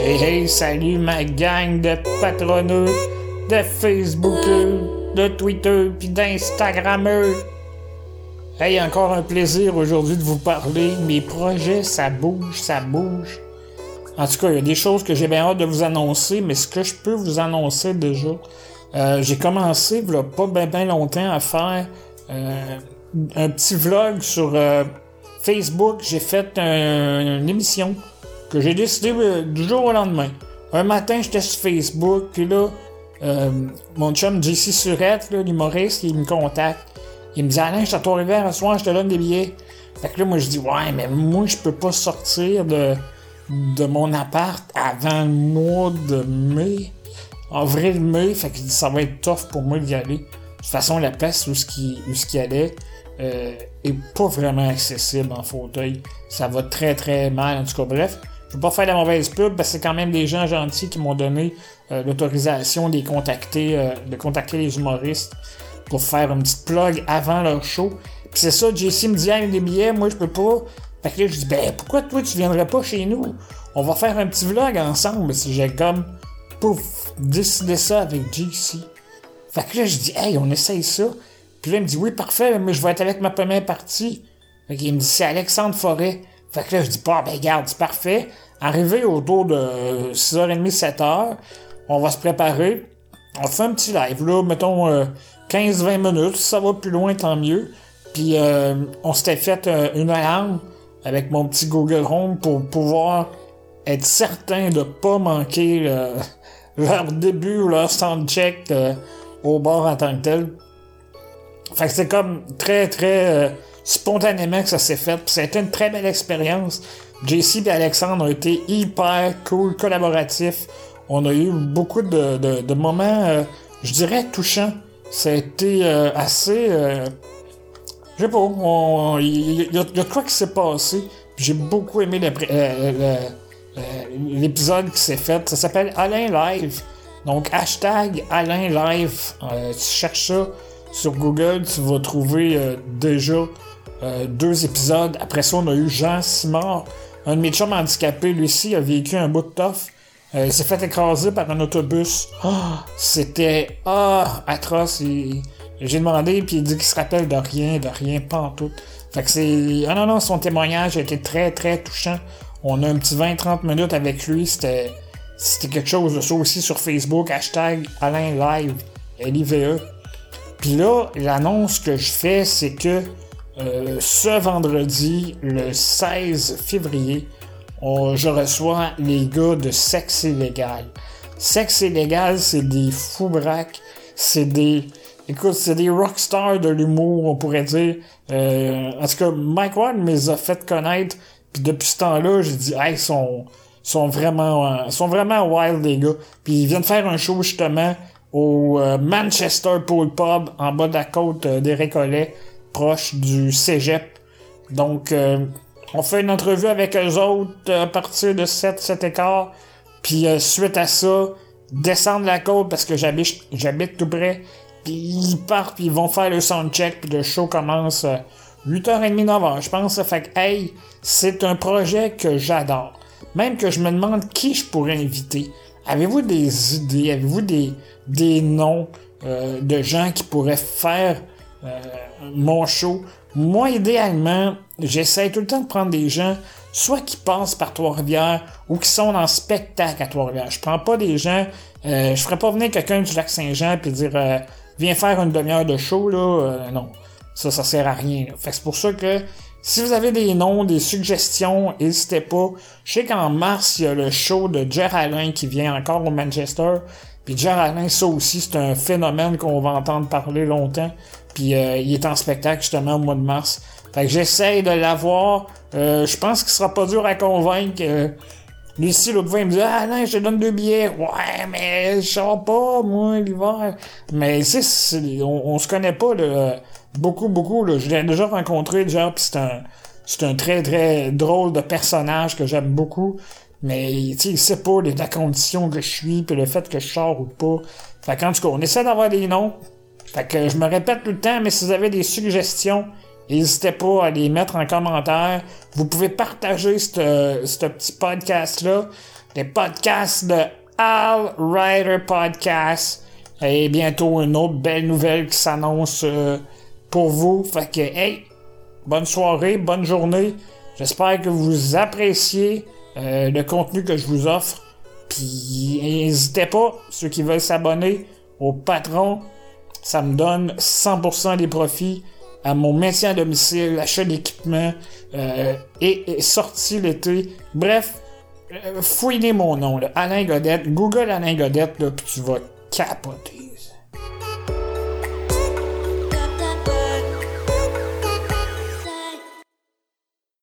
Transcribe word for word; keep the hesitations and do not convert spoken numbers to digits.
Hey hey, salut ma gang de patronneux, de Facebookeux, de Twitter pis d'Instagrammeux. Hey, encore un plaisir aujourd'hui de vous parler. Mes projets, ça bouge, ça bouge. En tout cas, il y a des choses que j'ai bien hâte de vous annoncer, mais ce que je peux vous annoncer déjà, euh, j'ai commencé, il y a pas bien ben longtemps, à faire euh, un petit vlog sur euh, Facebook. J'ai fait un, une émission que j'ai décidé euh, du jour au lendemain. Un matin, j'étais sur Facebook, puis là, euh, mon chum J C Surette, là, l'humoriste, il me contacte. Il me dit « Alain, je suis à Trois-Rivières, ce soir, je te donne des billets. » Fait que là, moi, je dis « Ouais, mais moi, je peux pas sortir de, de mon appart avant le mois de mai. Avril-mai. » Fait que je dis « Ça va être tough pour moi d'y aller. » De toute façon, la place où ce qui, où ce qui allait euh, est pas vraiment accessible en fauteuil. Ça va très, très mal. En tout cas, bref. Je veux pas faire de la mauvaise pub parce que c'est quand même des gens gentils qui m'ont donné euh, l'autorisation de les contacter, euh, de contacter les humoristes pour faire une petite plug avant leur show. Pis c'est ça, J C me dit, hey, des billets, moi je peux pas. Fait que là, je dis, ben pourquoi toi tu viendrais pas chez nous? On va faire un petit vlog ensemble. Si j'ai comme, pouf, décidé ça avec J C. Fait que là, je dis, hey, on essaye ça. Puis là, il me dit, oui, parfait, mais je vais être avec ma première partie. Fait qu'il me dit, c'est Alexandre Forêt. Fait que là, je dis, bah, ben, garde, c'est parfait. Arrivé autour de six heures trente, sept heures, on va se préparer. On fait un petit live, là, mettons, euh, quinze vingt minutes. Si ça va plus loin, tant mieux. Puis, euh, on s'était fait euh, une alarme avec mon petit Google Home pour pouvoir être certain de pas manquer euh, leur début ou leur soundcheck euh, au bar en tant que tel. Fait que c'est comme très, très euh, spontanément que ça s'est fait. Puis ça a été une très belle expérience. J C et Alexandre ont été hyper cool, collaboratifs. On a eu beaucoup de, de, de moments, euh, je dirais, touchants. Ça a été euh, assez... Euh, je sais pas, il y, y, y a de quoi qui s'est passé. J'ai beaucoup aimé le, euh, le, euh, l'épisode qui s'est fait. Ça s'appelle Alain Live. Donc, hashtag Alain Live. Euh, tu cherches ça sur Google, tu vas trouver euh, déjà euh, deux épisodes. Après ça, on a eu Jean Simard. Un de mes chums handicapés, lui aussi, a vécu un bout de tough. Euh, il s'est fait écraser par un autobus. Oh, c'était ah, atroce. Il... J'ai demandé, puis il dit qu'il se rappelle de rien, de rien, pas en tout. Fait que c'est... Ah non, non, son témoignage a été très, très touchant. On a un petit vingt à trente minutes avec lui. C'était c'était quelque chose de ça aussi sur Facebook. Hashtag Alain Live, L I V E. Puis là, l'annonce que je fais, c'est que Euh, ce vendredi, le seize février, on, je reçois les gars de Sexe Illégal. Sexe Illégal, c'est des fous braques, c'est des... Écoute, c'est des rockstars de l'humour, on pourrait dire. Euh, en tout cas, Mike Ward me les a fait connaître, puis depuis ce temps-là, j'ai dit, hey, ils sont, sont vraiment, euh, sont vraiment wild, les gars. Puis ils viennent faire un show, justement, au euh, Manchester Pool Pub, en bas de la côte euh, des Récollets, proche du cégep. Donc, euh, on fait une entrevue avec eux autres à partir de sept, sept et quart. Puis, euh, suite à ça, descendre la côte parce que j'habite, j'habite tout près. Puis, ils partent, puis ils vont faire le soundcheck. Puis, le show commence euh, huit heures trente, neuf heures, je pense. Fait que, hey, c'est un projet que j'adore. Même que je me demande qui je pourrais inviter. Avez-vous des idées? Avez-vous des, des noms euh, de gens qui pourraient faire Euh, mon show? Moi, idéalement, j'essaie tout le temps de prendre des gens, soit qui passent par Trois-Rivières ou qui sont en spectacle à Trois-Rivières. Je prends pas des gens, euh, je ferais pas venir quelqu'un du Lac-Saint-Jean puis dire euh, viens faire une demi-heure de show, là. Euh, non, ça, ça sert à rien. Là. Fait que c'est pour ça que si vous avez des noms, des suggestions, n'hésitez pas. Je sais qu'en mars, il y a le show de Jer Alain qui vient encore au Manchester. Puis Jer Alain, ça aussi, c'est un phénomène qu'on va entendre parler longtemps. Puis euh, il est en spectacle justement au mois de mars. Fait que j'essaye de l'avoir. Euh, je pense qu'il sera pas dur à convaincre. Euh, Lucie, l'autre fois, il me dit « Ah non, je te donne deux billets. » Ouais, mais je sors pas, moi, l'hiver. Mais tu sais, on, on se connaît pas là, beaucoup, beaucoup. Là. Je l'ai déjà rencontré, déjà, pis c'est un, c'est un très, très drôle de personnage que j'aime beaucoup. Mais tu sais, il sait pas les, la condition que je suis, puis le fait que je sors ou pas. Fait qu'en tout cas, on essaie d'avoir des noms. Fait que je me répète tout le temps, mais si vous avez des suggestions, n'hésitez pas à les mettre en commentaire. Vous pouvez partager ce petit podcast-là. les podcasts de Al Rider Podcast. Et bientôt une autre belle nouvelle qui s'annonce euh, pour vous. Fait que, hey, bonne soirée, bonne journée. J'espère que vous appréciez euh, le contenu que je vous offre. Puis n'hésitez pas, ceux qui veulent s'abonner au Patreon, ça me donne cent pour cent des profits à mon maintien à domicile, l'achat d'équipement euh, et, et sortie l'été. Bref, euh, fouinez mon nom, là, Alain Godette. Google Alain Godette, là, puis tu vas capoter.